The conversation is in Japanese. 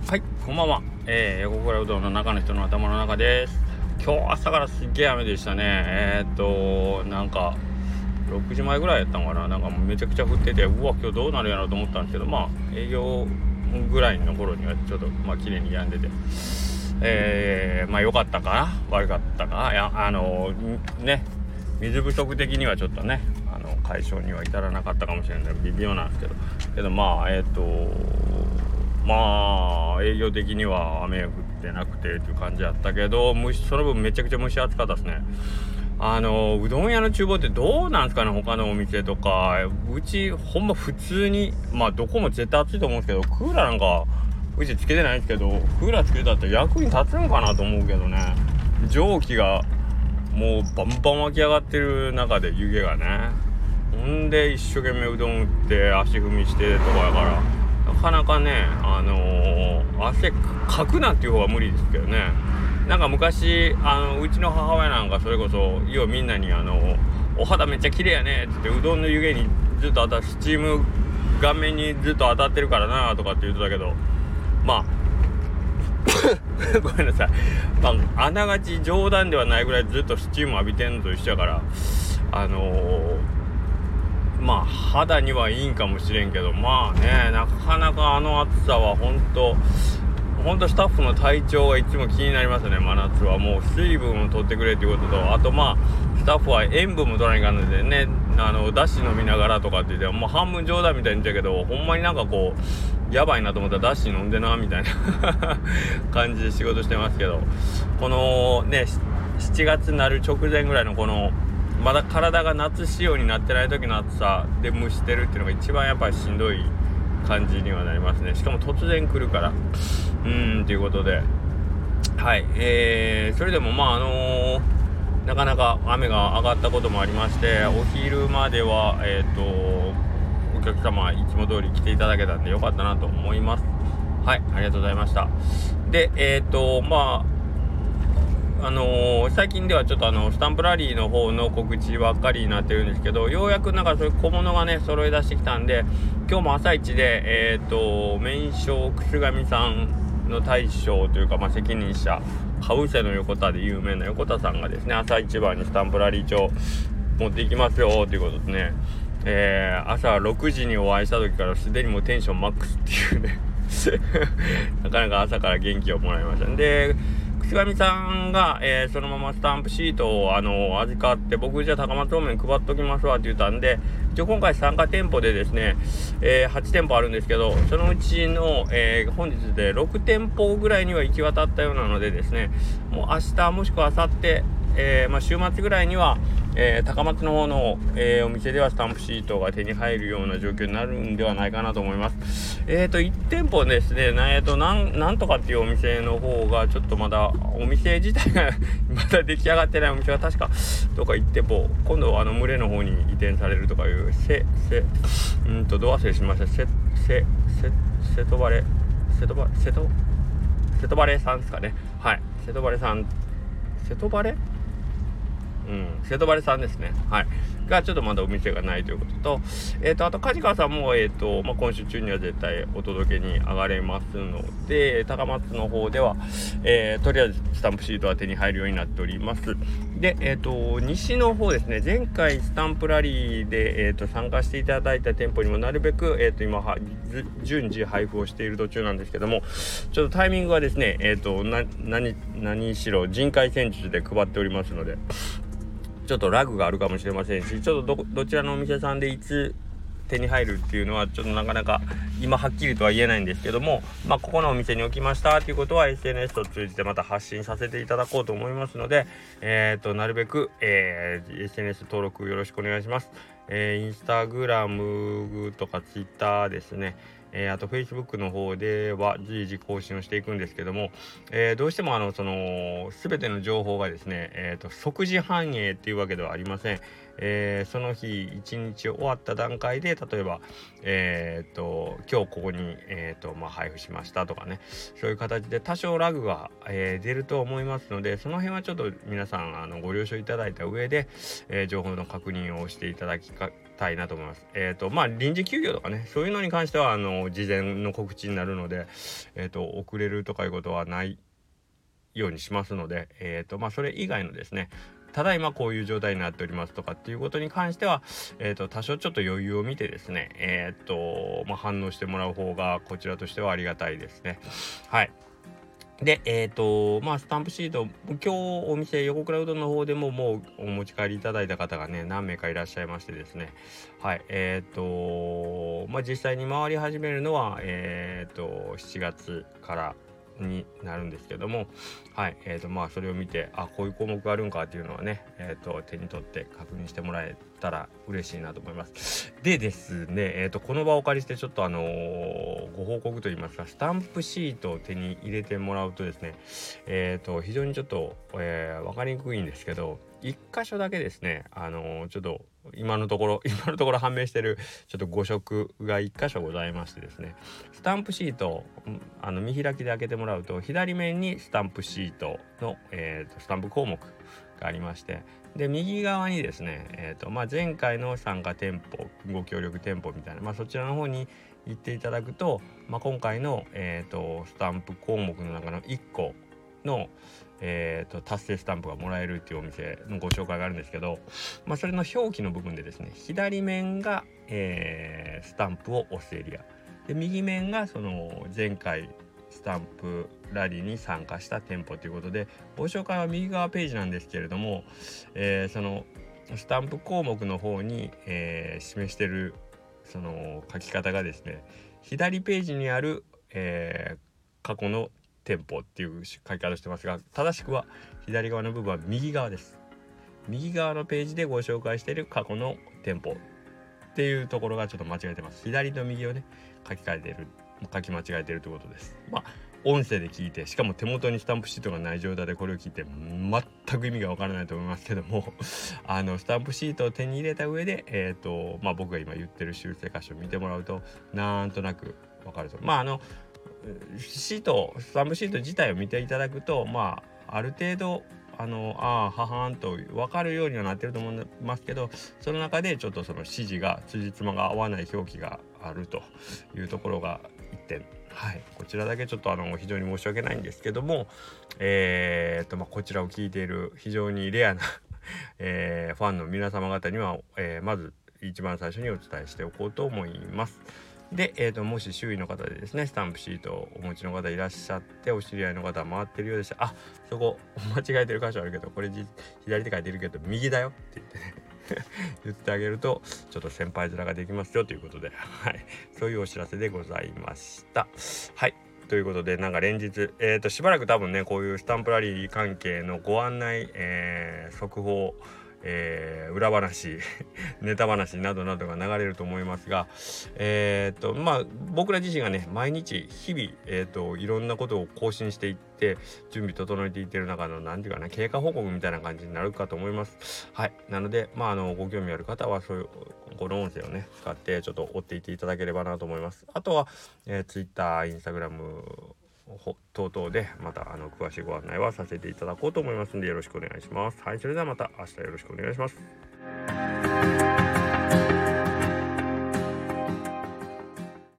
はい、こんばんは。横倉うどんの中の人の頭の中です。今日朝からすっげえ雨でしたね。なんか6時前ぐらいやったのかな。なんかもうめちゃくちゃ降ってて、うわ今日どうなるやろうと思ったんですけど、営業ぐらいの頃にはちょっと綺麗に止んでて、良かったかな悪かったかな。いや水不足的にはちょっとね解消には至らなかったかもしれない、微妙なんですけど営業的には雨降ってなくてっていう感じだったけど、その分めちゃくちゃ蒸し暑かったですね。うどん屋の厨房ってどうなんですかね、他のお店とか。うちほんま普通にどこも絶対暑いと思うんですけど、クーラーなんかうちつけてないんですけど、クーラーつけたって役に立つんかなと思うけどね。蒸気がもうバンバン湧き上がってる中で湯気がね、ほんで一生懸命うどん打って足踏みしてとかやから、なかなかね汗かくなっていう方が無理ですけどね。なんか昔うちの母親なんかそれこそみんなにお肌めっちゃ綺麗やねって言って、うどんの湯気にずっとスチーム顔面にずっと当たってるからなとかって言ってたけど、ごめんなさい、あながち冗談ではないぐらいずっとスチーム浴びてんのと一緒やから、肌にはいいんかもしれんけど、なかなか暑さはほんとスタッフの体調がいつも気になりますね。真夏はもう水分を取ってくれということと、あとスタッフは塩分も取らないかんのでね、だし飲みながらとかって言ってもう半分冗談みたいに言っちゃうけど、ほんまになんかこうやばいなと思ったらだし飲んでなみたいな感じで仕事してますけど、このね7月になる直前ぐらいのこのまだ体が夏仕様になってない時の暑さで蒸してるっていうのが一番やっぱりしんどい感じにはなりますね。しかも突然来るからということで、はい、それでもなかなか雨が上がったこともありまして、お昼まではお客様いつも通り来ていただけたんでよかったなと思います。はい、ありがとうございました。で最近ではちょっとスタンプラリーの方の告知ばっかりになってるんですけど、ようやくなんかそういう小物がね揃い出してきたんで、今日も朝一で麺匠楠上さんの大将というか責任者、カウセの横田で有名な横田さんがですね、朝一番にスタンプラリー帳持っていきますよということですね。朝6時にお会いした時からすでにもうテンションマックスっていうねなかなか朝から元気をもらいました。で楠上さんが、そのままスタンプシートを預かって、僕じゃあ高松方面配っときますわって言ったんで、一応今回参加店舗でですね、8店舗あるんですけど、そのうちの、本日で6店舗ぐらいには行き渡ったようなのでですね、もう明日もしくは明後日週末ぐらいには、高松の方の、お店ではスタンプシートが手に入るような状況になるんではないかなと思います。1店舗ですね、なんとかっていうお店の方がちょっとまだお店自体がまだ出来上がってないお店が確かどっか1店舗今度群れの方に移転されるとかいうど忘れしました。瀬戸バレさんですかね。はい、瀬戸バレさんさんですね。はい。がちょっとまだお店がないということと、あと梶川さんも今週中には絶対お届けに上がれますので、高松の方では、とりあえずスタンプシートは手に入るようになっております。で、西の方ですね、前回スタンプラリーで参加していただいた店舗にもなるべく今順次配布をしている途中なんですけども、ちょっとタイミングはですね何しろ人海戦術で配っておりますので、ちょっとラグがあるかもしれませんし、ちょっとどちらのお店さんでいつ手に入るっていうのはちょっとなかなか今はっきりとは言えないんですけども、ここのお店に置きましたということは SNS を通じてまた発信させていただこうと思いますので、なるべく、SNS 登録よろしくお願いします。インスタグラムとかツイッターですね、あと Facebook の方では随時更新をしていくんですけども、どうしてもその全ての情報がですね、即時反映っていうわけではありません。 その日一日終わった段階で、例えば今日ここに配布しましたとかね、そういう形で多少ラグが、出ると思いますので、その辺はちょっと皆さんご了承いただいた上で、情報の確認をしていただきたいなと思います。臨時休業とかね、そういうのに関しては事前の告知になるので、遅れるとかいうことはないようにしますので、それ以外のですね、ただいまこういう状態になっておりますとかっていうことに関しては、多少ちょっと余裕を見てですね、反応してもらう方がこちらとしてはありがたいですね。はい。で、スタンプシート、今日お店横倉うどんの方でももうお持ち帰りいただいた方がね、何名かいらっしゃいましてですね。はい。実際に回り始めるのは、7月からになるんですけども、はい。それを見て、こういう項目があるんかっていうのはね、手に取って確認してもらえたら嬉しいなと思います。でですね、この場をお借りしてちょっとご報告といいますか、スタンプシートを手に入れてもらうとですね、非常にちょっと、分かりにくいんですけど、1箇所だけですね、ちょっと今のところ判明してるちょっと誤植が1箇所ございましてですね、スタンプシート見開きで開けてもらうと、左面にスタンプシートの、スタンプ項目がありまして、で右側にですね、前回の参加店舗ご協力店舗みたいな、そちらの方に行っていただくと、今回の、スタンプ項目の中の1個の、達成スタンプがもらえるっていうお店のご紹介があるんですけど、それの表記の部分でですね、左面が、スタンプを押すエリアで、右面がその前回スタンプラリーに参加した店舗ということで、ご紹介は右側ページなんですけれども、そのスタンプ項目の方に、示してるその書き方がですね、左ページにある、過去の店舗っていう書き方をしてますが、正しくは左側の部分は右側です。右側のページでご紹介している過去の店舗っていうところがちょっと間違えてます。左と右をね書き間違えてるということです。音声で聞いて、しかも手元にスタンプシートがない状態でこれを聞いて全く意味がわからないと思いますけどもスタンプシートを手に入れた上で、僕が今言ってる修正箇所を見てもらうとなんとなくわかると。スタンプシート自体を見ていただくと、ある程度ははんと分かるようにはなってると思いますけど、その中でちょっとその指示が辻褄が合わない表記があるというところが1点、はい、こちらだけちょっと非常に申し訳ないんですけども、こちらを聞いている非常にレアな、ファンの皆様方には、まず一番最初にお伝えしておこうと思います。で、もし周囲の方でですね、スタンプシートをお持ちの方いらっしゃって、お知り合いの方は回ってるようでしたら、そこ間違えてる箇所あるけど、これ左手書いてるけど右だよって言ってね言ってあげるとちょっと先輩面ができますよということで、はい、そういうお知らせでございました。はい、ということで連日、しばらく多分ね、こういうスタンプラリー関係のご案内、速報、裏話ネタ話などなどが流れると思いますが、僕ら自身がね、毎日日々、いろんなことを更新していって準備整えていってる中の経過報告みたいな感じになるかと思います。はい、なのでご興味ある方はそういうこの音声をね使ってちょっと追っていっていただければなと思います。あとは、Twitter、Instagram等々でまた詳しいご案内はさせていただこうと思いますので、よろしくお願いします。はい、それではまた明日よろしくお願いします。